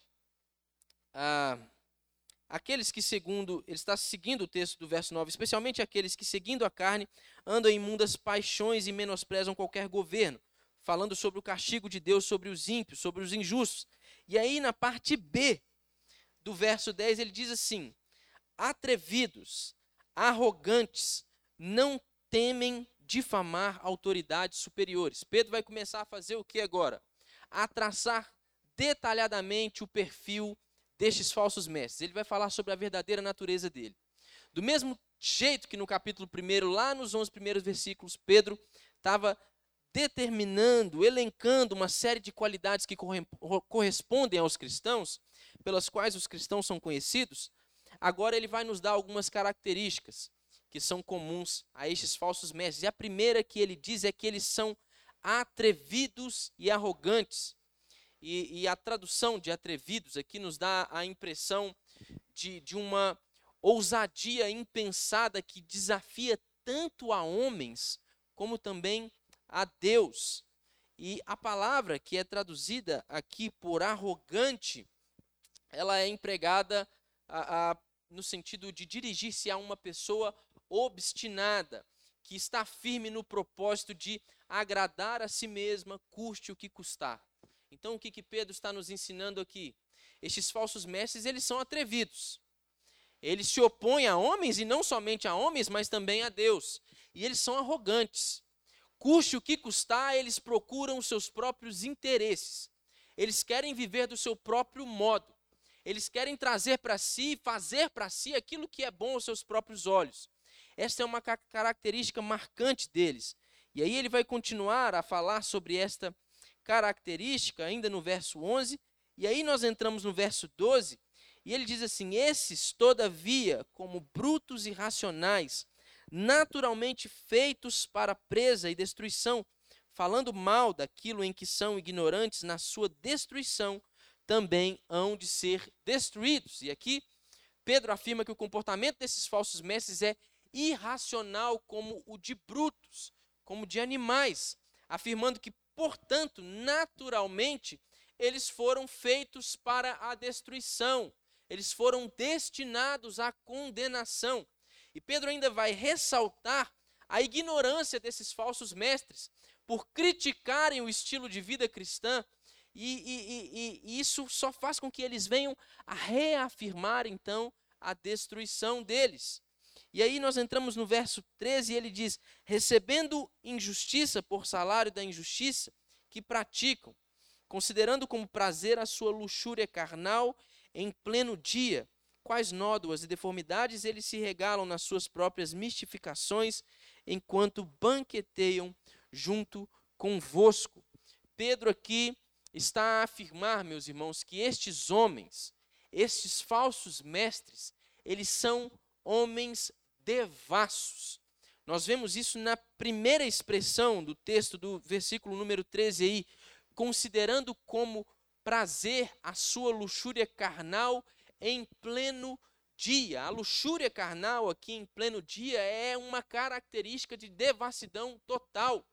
aqueles que segundo, ele está seguindo o texto do verso 9, especialmente aqueles que seguindo a carne andam em imundas paixões e menosprezam qualquer governo, falando sobre o castigo de Deus sobre os ímpios, sobre os injustos. E aí na parte B do verso 10 ele diz assim: atrevidos, arrogantes, não temem difamar autoridades superiores. Pedro vai começar a fazer o que agora? A traçar detalhadamente o perfil destes falsos mestres. Ele vai falar sobre a verdadeira natureza dele. Do mesmo jeito que no capítulo 1, lá nos 11 primeiros versículos, Pedro estava determinando, elencando uma série de qualidades que correspondem aos cristãos, pelas quais os cristãos são conhecidos. Agora ele vai nos dar algumas características que são comuns a estes falsos mestres. E a primeira que ele diz é que eles são atrevidos e arrogantes. E a tradução de atrevidos aqui nos dá a impressão de uma ousadia impensada que desafia tanto a homens como também a Deus. E a palavra que é traduzida aqui por arrogante, ela é empregada no sentido de dirigir-se a uma pessoa obstinada, que está firme no propósito de agradar a si mesma, custe o que custar. Então, o que Pedro está nos ensinando aqui? estes falsos mestres, eles são atrevidos. Eles se opõem a homens, e não somente a homens, mas também a Deus. E eles são arrogantes. Custe o que custar, eles procuram os seus próprios interesses. Eles querem viver do seu próprio modo. Eles querem trazer para si, fazer para si aquilo que é bom aos seus próprios olhos. Esta é uma característica marcante deles. E aí ele vai continuar a falar sobre esta característica ainda no verso 11. E aí nós entramos no verso 12. E ele diz assim: esses, todavia, como brutos e racionais, naturalmente feitos para presa e destruição, falando mal daquilo em que são ignorantes, na sua destruição também hão de ser destruídos. E aqui Pedro afirma que o comportamento desses falsos mestres é irracional como o de brutos, como de animais, afirmando que, portanto, naturalmente, eles foram feitos para a destruição, eles foram destinados à condenação. E Pedro ainda vai ressaltar a ignorância desses falsos mestres por criticarem o estilo de vida cristã, e isso só faz com que eles venham a reafirmar, então, a destruição deles. E aí nós entramos no verso 13 e ele diz: recebendo injustiça por salário da injustiça que praticam, considerando como prazer a sua luxúria carnal em pleno dia, quais nódoas e deformidades eles se regalam nas suas próprias mistificações, enquanto banqueteiam junto convosco. Pedro aqui está a afirmar, meus irmãos, que estes homens, estes falsos mestres, eles são homens devassos. Nós vemos isso na primeira expressão do texto do versículo número 13 aí, considerando como prazer a sua luxúria carnal em pleno dia. A luxúria carnal aqui em pleno dia é uma característica de devassidão total.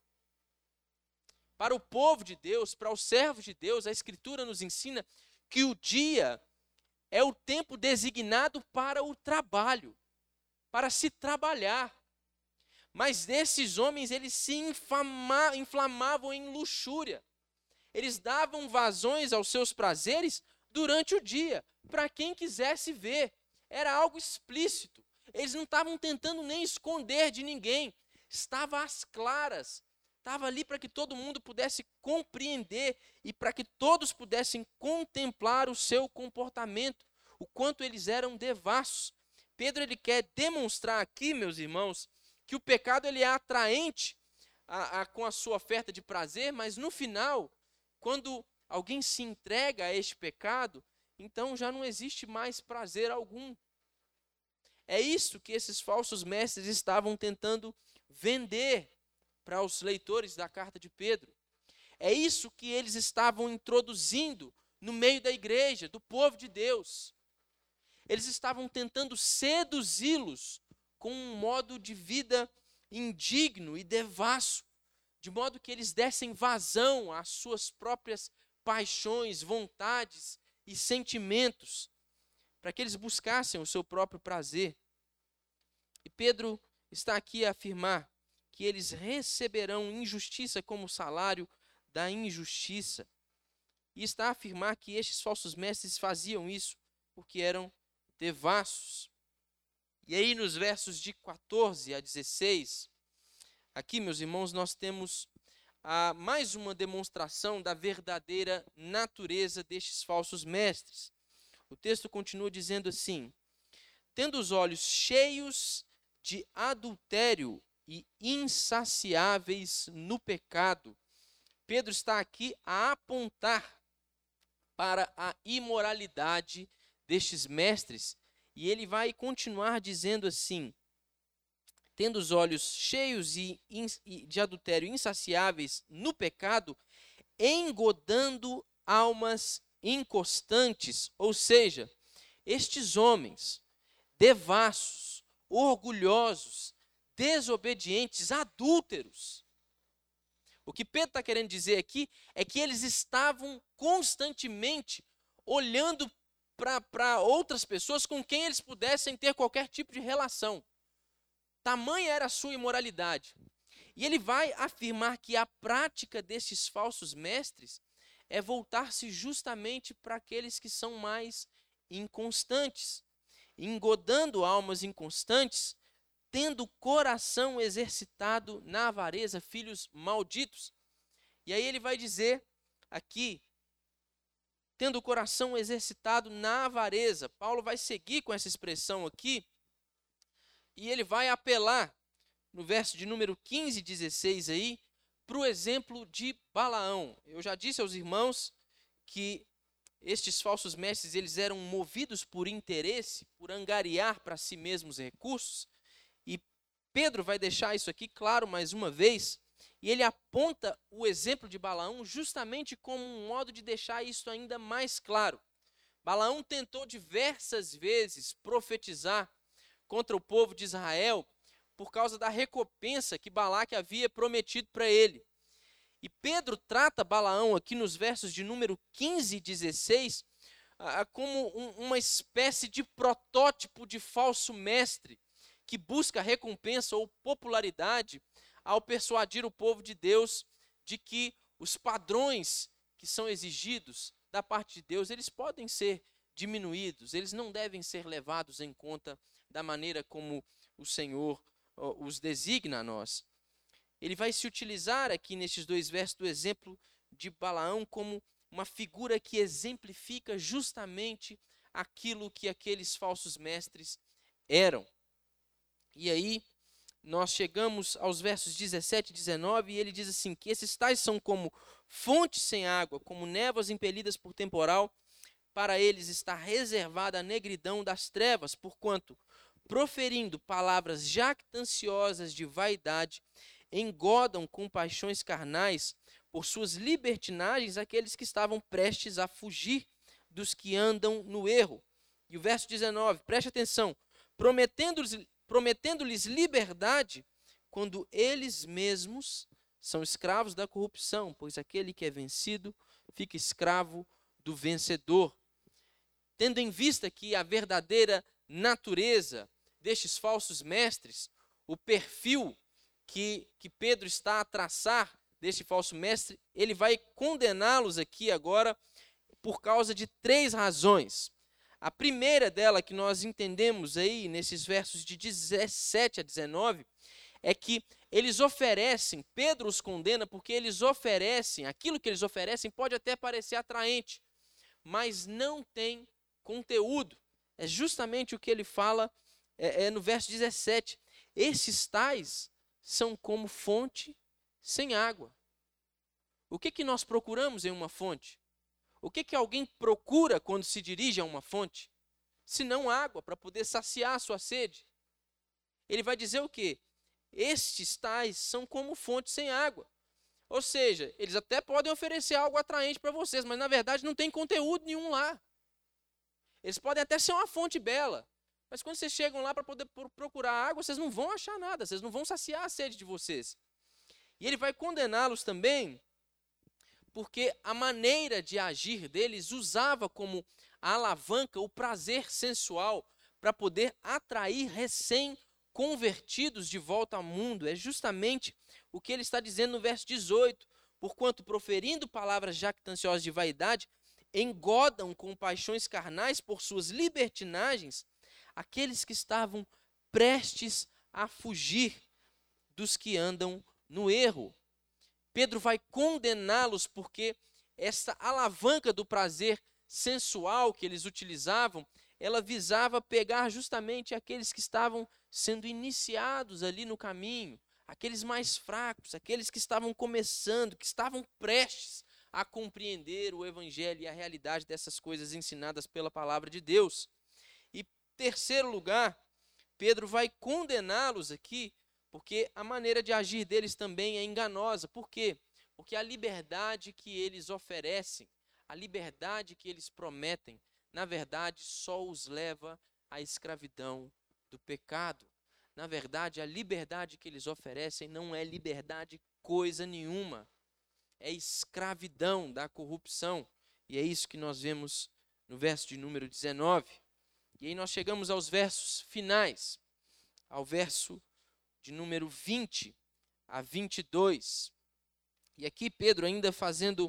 Para o povo de Deus, para os servos de Deus, a Escritura nos ensina que o dia é o tempo designado para o trabalho, para se trabalhar. Mas esses homens, eles se inflamavam em luxúria. Eles davam vazões aos seus prazeres durante o dia, para quem quisesse ver. Era algo explícito. Eles não estavam tentando nem esconder de ninguém. Estava às claras. Estava ali para que todo mundo pudesse compreender e para que todos pudessem contemplar o seu comportamento, o quanto eles eram devassos. Pedro ele quer demonstrar aqui, meus irmãos, que o pecado ele é atraente com a sua oferta de prazer, mas no final, quando alguém se entrega a este pecado, então já não existe mais prazer algum. É isso que esses falsos mestres estavam tentando vender para os leitores da carta de Pedro. É isso que eles estavam introduzindo no meio da igreja, do povo de Deus. Eles estavam tentando seduzi-los com um modo de vida indigno e devasso, de modo que eles dessem vazão às suas próprias paixões, vontades e sentimentos, para que eles buscassem o seu próprio prazer. E Pedro está aqui a afirmar que eles receberão injustiça como salário da injustiça. E está a afirmar que estes falsos mestres faziam isso porque eram devassos. E aí nos versos de 14 a 16, aqui, meus irmãos, nós temos mais uma demonstração da verdadeira natureza destes falsos mestres. O texto continua dizendo assim: tendo os olhos cheios de adultério e insaciáveis no pecado. Pedro está aqui a apontar para a imoralidade destes mestres, e ele vai continuar dizendo assim: tendo os olhos cheios de adultério insaciáveis no pecado, engodando almas inconstantes, ou seja, estes homens devassos, orgulhosos, desobedientes, adúlteros. O que Pedro está querendo dizer aqui é que eles estavam constantemente olhando para outras pessoas com quem eles pudessem ter qualquer tipo de relação. Tamanha era a sua imoralidade. E ele vai afirmar que a prática destes falsos mestres é voltar-se justamente para aqueles que são mais inconstantes, engodando almas inconstantes, tendo o coração exercitado na avareza, filhos malditos. E aí ele vai dizer aqui, tendo o coração exercitado na avareza. Paulo vai seguir com essa expressão aqui, e ele vai apelar, no verso de número 15 e 16 aí, para o exemplo de Balaão. Eu já disse aos irmãos que estes falsos mestres, eles eram movidos por interesse, por angariar para si mesmos recursos, e Pedro vai deixar isso aqui claro mais uma vez, e ele aponta o exemplo de Balaão justamente como um modo de deixar isso ainda mais claro. Balaão tentou diversas vezes profetizar contra o povo de Israel por causa da recompensa que Balaque havia prometido para ele. E Pedro trata Balaão aqui nos versos de número 15 e 16 como uma espécie de protótipo de falso mestre que busca recompensa ou popularidade ao persuadir o povo de Deus de que os padrões que são exigidos da parte de Deus, eles podem ser diminuídos, eles não devem ser levados em conta da maneira como o Senhor os designa a nós. Ele vai se utilizar aqui nestes dois versos do exemplo de Balaão como uma figura que exemplifica justamente aquilo que aqueles falsos mestres eram. E aí nós chegamos aos versos 17 e 19 e ele diz assim, que esses tais são como fontes sem água, como névoas impelidas por temporal, para eles está reservada a negridão das trevas, porquanto proferindo palavras jactanciosas de vaidade, engodam com paixões carnais por suas libertinagens aqueles que estavam prestes a fugir dos que andam no erro. E o verso 19, preste atenção, prometendo-lhes liberdade, quando eles mesmos são escravos da corrupção, pois aquele que é vencido fica escravo do vencedor. Tendo em vista que a verdadeira natureza destes falsos mestres, o perfil que Pedro está a traçar deste falso mestre, ele vai condená-los aqui agora por causa de 3 razões. A primeira dela que nós entendemos aí nesses versos de 17 a 19 é que eles oferecem, Pedro os condena porque eles oferecem, aquilo que eles oferecem pode até parecer atraente, mas não tem conteúdo. É justamente o que ele fala no verso 17. Esses tais são como fonte sem água. O que nós procuramos em uma fonte? O que alguém procura quando se dirige a uma fonte? Se não água, para poder saciar a sua sede. Ele vai dizer o quê? Estes tais são como fonte sem água. Ou seja, eles até podem oferecer algo atraente para vocês, mas na verdade não tem conteúdo nenhum lá. Eles podem até ser uma fonte bela, mas quando vocês chegam lá para poder procurar água, vocês não vão achar nada, vocês não vão saciar a sede de vocês. E ele vai condená-los também, porque a maneira de agir deles usava como a alavanca o prazer sensual para poder atrair recém-convertidos de volta ao mundo. É justamente o que ele está dizendo no verso 18. Porquanto, proferindo palavras jactanciosas de vaidade, engodam com paixões carnais por suas libertinagens aqueles que estavam prestes a fugir dos que andam no erro. Pedro vai condená-los porque essa alavanca do prazer sensual que eles utilizavam, ela visava pegar justamente aqueles que estavam sendo iniciados ali no caminho, aqueles mais fracos, aqueles que estavam começando, que estavam prestes a compreender o evangelho e a realidade dessas coisas ensinadas pela palavra de Deus. E terceiro lugar, Pedro vai condená-los aqui, porque a maneira de agir deles também é enganosa. Por quê? Porque a liberdade que eles oferecem, a liberdade que eles prometem, na verdade só os leva à escravidão do pecado. Na verdade, a liberdade que eles oferecem não é liberdade coisa nenhuma. É escravidão da corrupção. E é isso que nós vemos no verso de número 19. E aí nós chegamos aos versos finais, ao verso de número 20 a 22. E aqui Pedro ainda fazendo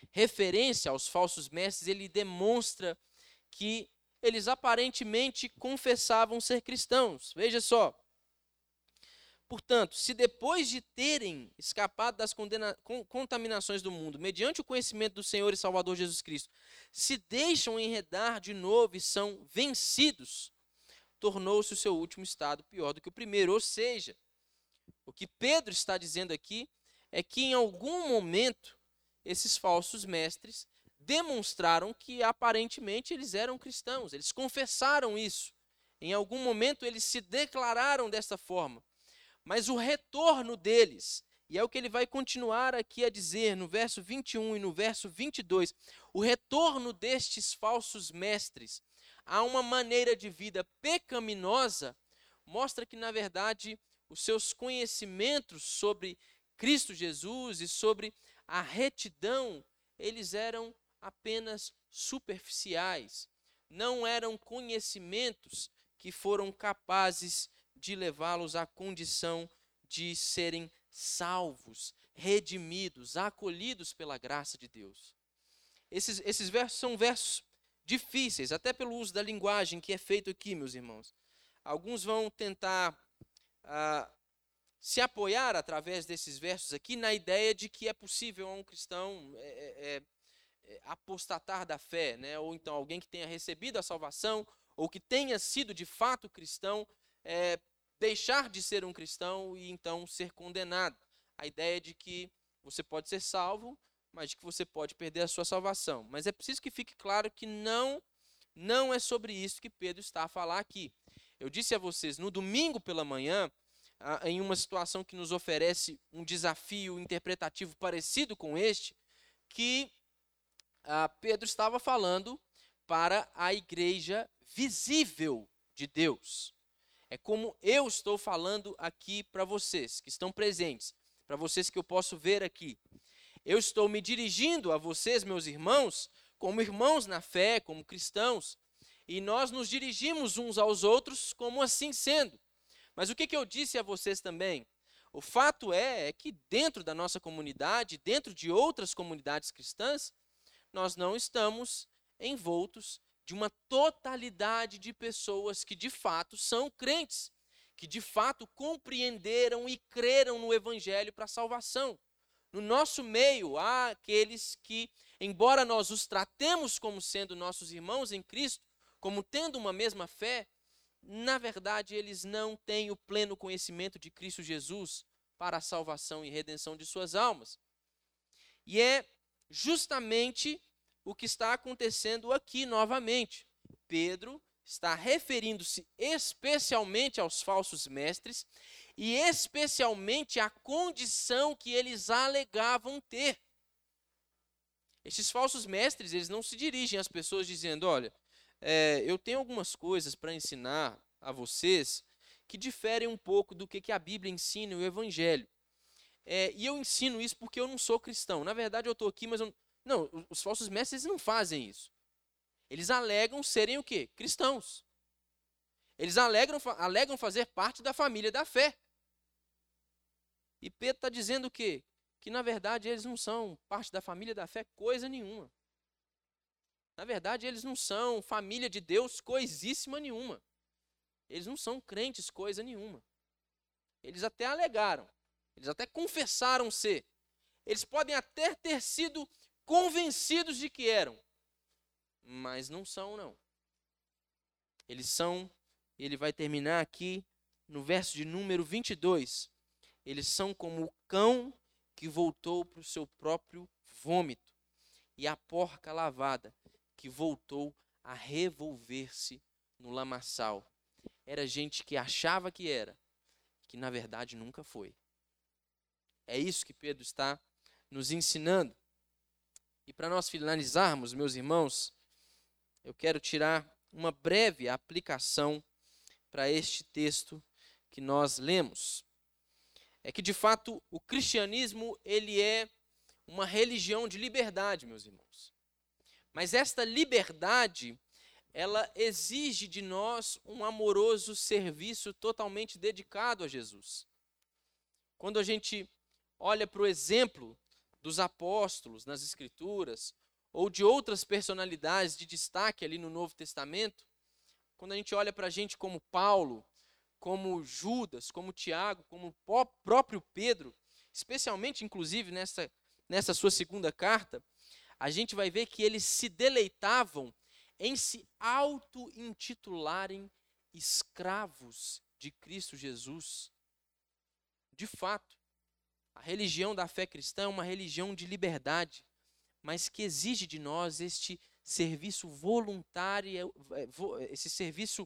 referência aos falsos mestres, ele demonstra que eles aparentemente confessavam ser cristãos. Veja só. Portanto, se depois de terem escapado das contaminações do mundo, mediante o conhecimento do Senhor e Salvador Jesus Cristo, se deixam enredar de novo e são vencidos, tornou-se o seu último estado pior do que o primeiro. Ou seja, o que Pedro está dizendo aqui é que em algum momento esses falsos mestres demonstraram que aparentemente eles eram cristãos, eles confessaram isso. Em algum momento eles se declararam dessa forma. Mas o retorno deles, e é o que ele vai continuar aqui a dizer no verso 21 e no verso 22, o retorno destes falsos mestres a uma maneira de vida pecaminosa, mostra que, na verdade, os seus conhecimentos sobre Cristo Jesus e sobre a retidão, eles eram apenas superficiais, não eram conhecimentos que foram capazes de levá-los à condição de serem salvos, redimidos, acolhidos pela graça de Deus. Esses versos são versos difíceis, até pelo uso da linguagem que é feito aqui, meus irmãos. Alguns vão tentar se apoiar através desses versos aqui na ideia de que é possível a um cristão apostatar da fé, né? Ou então alguém que tenha recebido a salvação, ou que tenha sido de fato cristão, deixar de ser um cristão e então ser condenado. A ideia de que você pode ser salvo, mas de que você pode perder a sua salvação. Mas é preciso que fique claro que não é sobre isso que Pedro está a falar aqui. Eu disse a vocês no domingo pela manhã, em uma situação que nos oferece um desafio interpretativo parecido com este, que Pedro estava falando para a igreja visível de Deus. É como eu estou falando aqui para vocês que estão presentes, para vocês que eu posso ver aqui. Eu estou me dirigindo a vocês, meus irmãos, como irmãos na fé, como cristãos, e nós nos dirigimos uns aos outros como assim sendo. Mas o que eu disse a vocês também? O fato é que dentro da nossa comunidade, dentro de outras comunidades cristãs, nós não estamos envoltos de uma totalidade de pessoas que de fato são crentes, que de fato compreenderam e creram no Evangelho para a salvação. No nosso meio há aqueles que, embora nós os tratemos como sendo nossos irmãos em Cristo, como tendo uma mesma fé, na verdade eles não têm o pleno conhecimento de Cristo Jesus para a salvação e redenção de suas almas. E é justamente o que está acontecendo aqui novamente. Pedro está referindo-se especialmente aos falsos mestres e especialmente à condição que eles alegavam ter. Estes falsos mestres, eles não se dirigem às pessoas dizendo, olha, eu tenho algumas coisas para ensinar a vocês que diferem um pouco do que a Bíblia ensina e o Evangelho. E eu ensino isso porque eu não sou cristão. Na verdade, eu estou aqui, mas não, os falsos mestres não fazem isso. Eles alegam serem o quê? Cristãos. Eles alegam fazer parte da família da fé. E Pedro está dizendo o quê? Que na verdade eles não são parte da família da fé coisa nenhuma. Na verdade eles não são família de Deus coisíssima nenhuma. Eles não são crentes coisa nenhuma. Eles até alegaram. Eles até confessaram ser. Eles podem até ter sido convencidos de que eram, mas não são, não. Eles são, ele vai terminar aqui no verso de número 22, eles são como o cão que voltou para o seu próprio vômito e a porca lavada que voltou a revolver-se no lamaçal. Era gente que achava que era, que na verdade nunca foi. É isso que Pedro está nos ensinando. E para nós finalizarmos, meus irmãos, eu quero tirar uma breve aplicação para este texto que nós lemos. É que, de fato, o cristianismo ele é uma religião de liberdade, meus irmãos. Mas esta liberdade, ela exige de nós um amoroso serviço totalmente dedicado a Jesus. Quando a gente olha para o exemplo dos apóstolos nas Escrituras, ou de outras personalidades de destaque ali no Novo Testamento, quando a gente olha para gente como Paulo, como Judas, como Tiago, como o próprio Pedro, especialmente, inclusive, nessa sua segunda carta, a gente vai ver que eles se deleitavam em se auto-intitularem escravos de Cristo Jesus. De fato, a religião da fé cristã é uma religião de liberdade, mas que exige de nós este serviço voluntário, esse serviço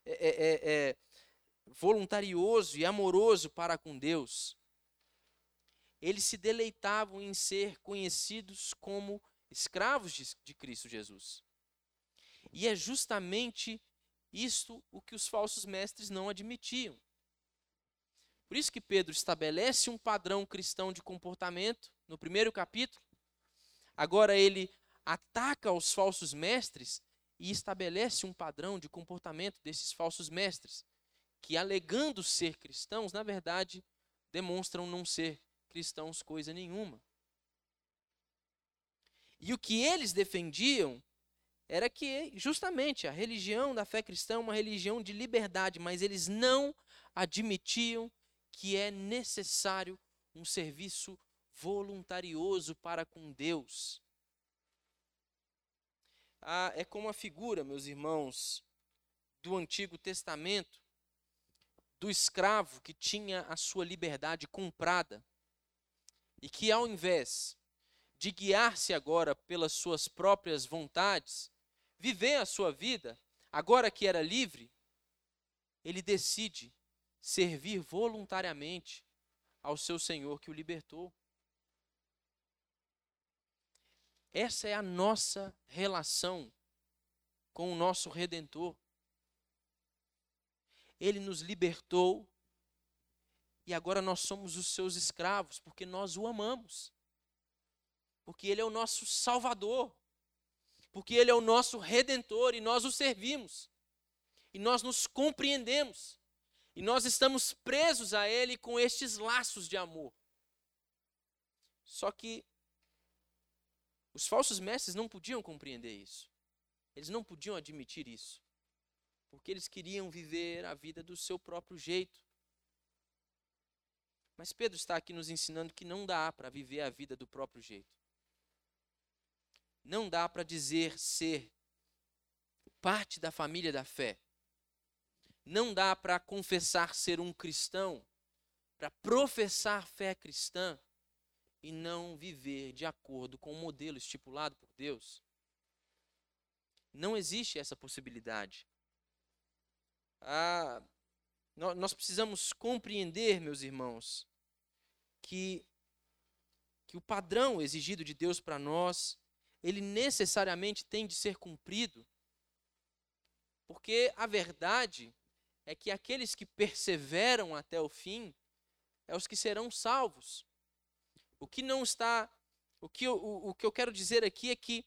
voluntarioso e amoroso para com Deus. Eles se deleitavam em ser conhecidos como escravos de Cristo Jesus. E é justamente isto o que os falsos mestres não admitiam. Por isso que Pedro estabelece um padrão cristão de comportamento no primeiro capítulo. Agora ele ataca os falsos mestres e estabelece um padrão de comportamento desses falsos mestres, que alegando ser cristãos, na verdade, demonstram não ser cristãos coisa nenhuma. E o que eles defendiam era que, justamente, a religião da fé cristã é uma religião de liberdade, mas eles não admitiam que é necessário um serviço voluntarioso para com Deus. É como a figura, meus irmãos, do Antigo Testamento, do escravo que tinha a sua liberdade comprada e que, ao invés de guiar-se agora pelas suas próprias vontades, viver a sua vida, agora que era livre, ele decide servir voluntariamente ao seu Senhor que o libertou. Essa é a nossa relação com o nosso Redentor. Ele nos libertou e agora nós somos os seus escravos, porque nós o amamos. Porque ele é o nosso Salvador. Porque ele é o nosso Redentor e nós o servimos. E nós nos compreendemos. E nós estamos presos a ele com estes laços de amor. Só que os falsos mestres não podiam compreender isso. Eles não podiam admitir isso. Porque eles queriam viver a vida do seu próprio jeito. Mas Pedro está aqui nos ensinando que não dá para viver a vida do próprio jeito. Não dá para dizer ser parte da família da fé. Não dá para confessar ser um cristão, para professar fé cristã e não viver de acordo com o modelo estipulado por Deus. Não existe essa possibilidade. Nós precisamos compreender, meus irmãos, que o padrão exigido de Deus para nós, ele necessariamente tem de ser cumprido, porque a verdade é que aqueles que perseveram até o fim é os que serão salvos. O que eu quero dizer aqui é que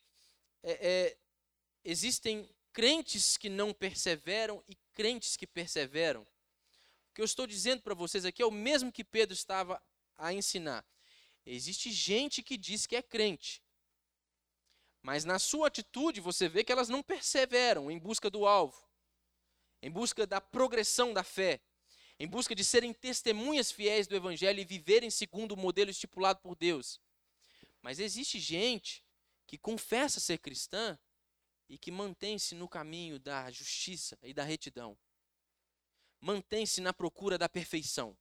existem crentes que não perseveram e crentes que perseveram. O que eu estou dizendo para vocês aqui é o mesmo que Pedro estava a ensinar. Existe gente que diz que é crente, mas na sua atitude você vê que elas não perseveram em busca do alvo, em busca da progressão da fé, em busca de serem testemunhas fiéis do Evangelho e viverem segundo o modelo estipulado por Deus. Mas existe gente que confessa ser cristã e que mantém-se no caminho da justiça e da retidão. Mantém-se na procura da perfeição.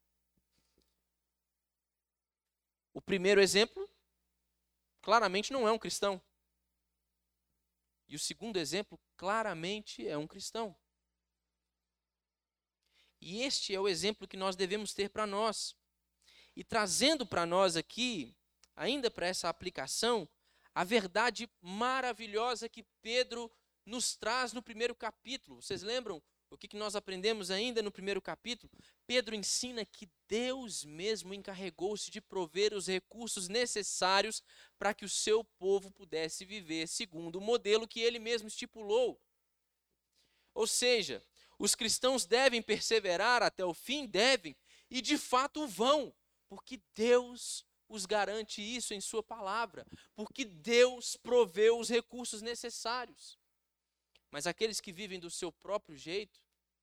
O primeiro exemplo, claramente não é um cristão. E o segundo exemplo, claramente é um cristão. E este é o exemplo que nós devemos ter para nós. E trazendo para nós aqui, ainda para essa aplicação, a verdade maravilhosa que Pedro nos traz no primeiro capítulo. Vocês lembram o que nós aprendemos ainda no primeiro capítulo? Pedro ensina que Deus mesmo encarregou-se de prover os recursos necessários para que o seu povo pudesse viver segundo o modelo que ele mesmo estipulou. Ou seja, os cristãos devem perseverar até o fim? Devem, e de fato vão, porque Deus os garante isso em sua palavra, porque Deus proveu os recursos necessários. Mas aqueles que vivem do seu próprio jeito,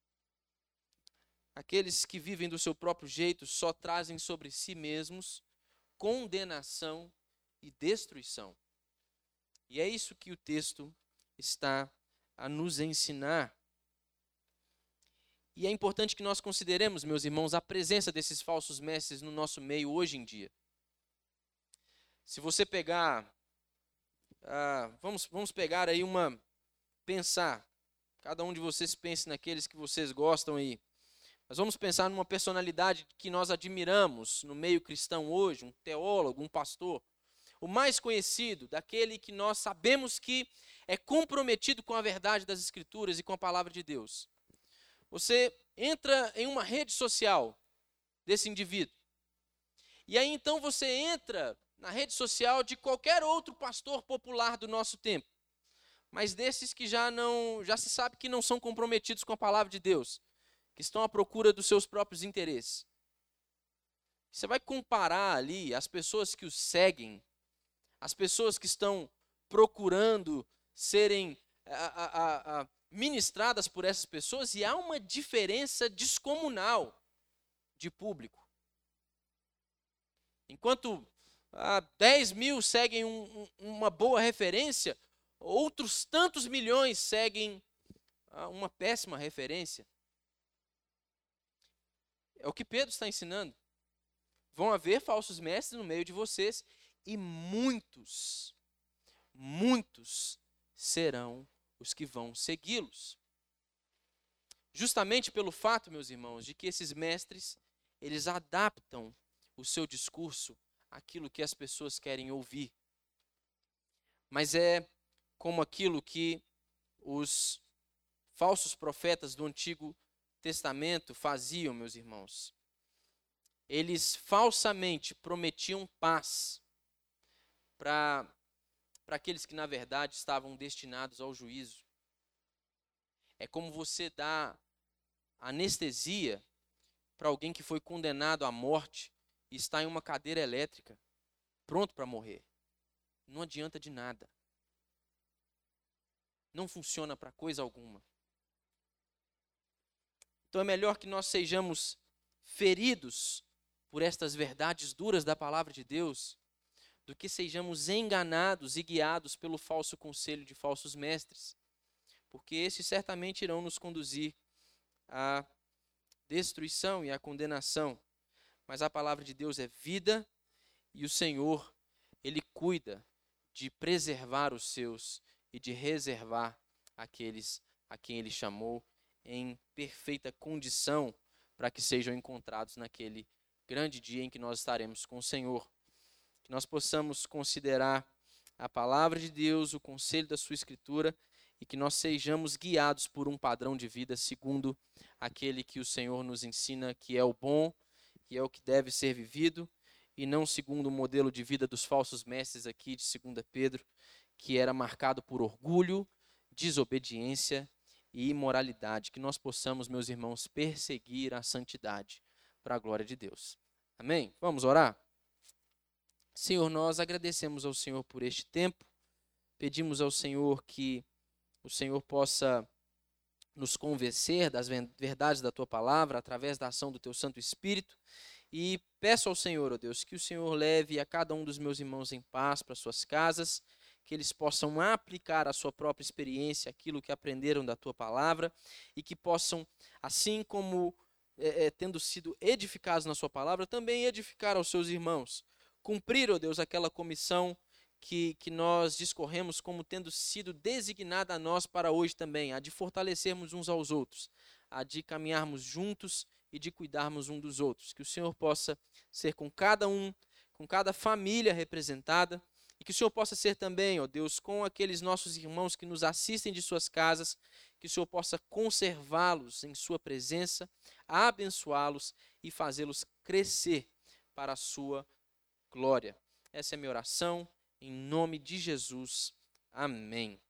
só trazem sobre si mesmos condenação e destruição. E é isso que o texto está a nos ensinar. E é importante que nós consideremos, meus irmãos, a presença desses falsos mestres no nosso meio hoje em dia. Se você pegar, vamos pegar aí pensar, cada um de vocês pense naqueles que vocês gostam aí. Mas vamos pensar numa personalidade que nós admiramos no meio cristão hoje, um teólogo, um pastor. O mais conhecido, daquele que nós sabemos que é comprometido com a verdade das Escrituras e com a palavra de Deus. Você entra em uma rede social desse indivíduo. E aí então você entra na rede social de qualquer outro pastor popular do nosso tempo. Mas desses que já se sabe que não são comprometidos com a palavra de Deus, que estão à procura dos seus próprios interesses. Você vai comparar ali as pessoas que os seguem, as pessoas que estão procurando serem ministradas por essas pessoas, e há uma diferença descomunal de público. Enquanto 10 mil seguem uma boa referência, outros tantos milhões seguem uma péssima referência. É o que Pedro está ensinando. Vão haver falsos mestres no meio de vocês, e muitos serão os que vão segui-los. Justamente pelo fato, meus irmãos, de que esses mestres, eles adaptam o seu discurso àquilo que as pessoas querem ouvir. Mas é como aquilo que os falsos profetas do Antigo Testamento faziam, meus irmãos. Eles falsamente prometiam paz para aqueles que, na verdade, estavam destinados ao juízo. É como você dá anestesia para alguém que foi condenado à morte e está em uma cadeira elétrica, pronto para morrer. Não adianta de nada. Não funciona para coisa alguma. Então é melhor que nós sejamos feridos por estas verdades duras da palavra de Deus, do que sejamos enganados e guiados pelo falso conselho de falsos mestres, porque esses certamente irão nos conduzir à destruição e à condenação. Mas a palavra de Deus é vida, e o Senhor, Ele cuida de preservar os seus e de reservar aqueles a quem Ele chamou em perfeita condição para que sejam encontrados naquele grande dia em que nós estaremos com o Senhor. Que nós possamos considerar a palavra de Deus, o conselho da sua Escritura, e que nós sejamos guiados por um padrão de vida segundo aquele que o Senhor nos ensina, que é o bom, que é o que deve ser vivido, e não segundo o modelo de vida dos falsos mestres aqui de 2 Pedro, que era marcado por orgulho, desobediência e imoralidade. Que nós possamos, meus irmãos, perseguir a santidade para a glória de Deus. Amém? Vamos orar? Senhor, nós agradecemos ao Senhor por este tempo, pedimos ao Senhor que o Senhor possa nos convencer das verdades da Tua palavra através da ação do Teu Santo Espírito, e peço ao Senhor, ó Deus, que o Senhor leve a cada um dos meus irmãos em paz para suas casas, que eles possam aplicar a sua própria experiência, aquilo que aprenderam da Tua palavra, e que possam, assim como tendo sido edificados na Sua palavra, também edificar aos seus irmãos. Cumprir, ó Deus, aquela comissão que nós discorremos como tendo sido designada a nós para hoje também, a de fortalecermos uns aos outros, a de caminharmos juntos e de cuidarmos um dos outros. Que o Senhor possa ser com cada um, com cada família representada, e que o Senhor possa ser também, ó Deus, com aqueles nossos irmãos que nos assistem de suas casas, que o Senhor possa conservá-los em sua presença, abençoá-los e fazê-los crescer para a sua glória. Essa é a minha oração, em nome de Jesus. Amém.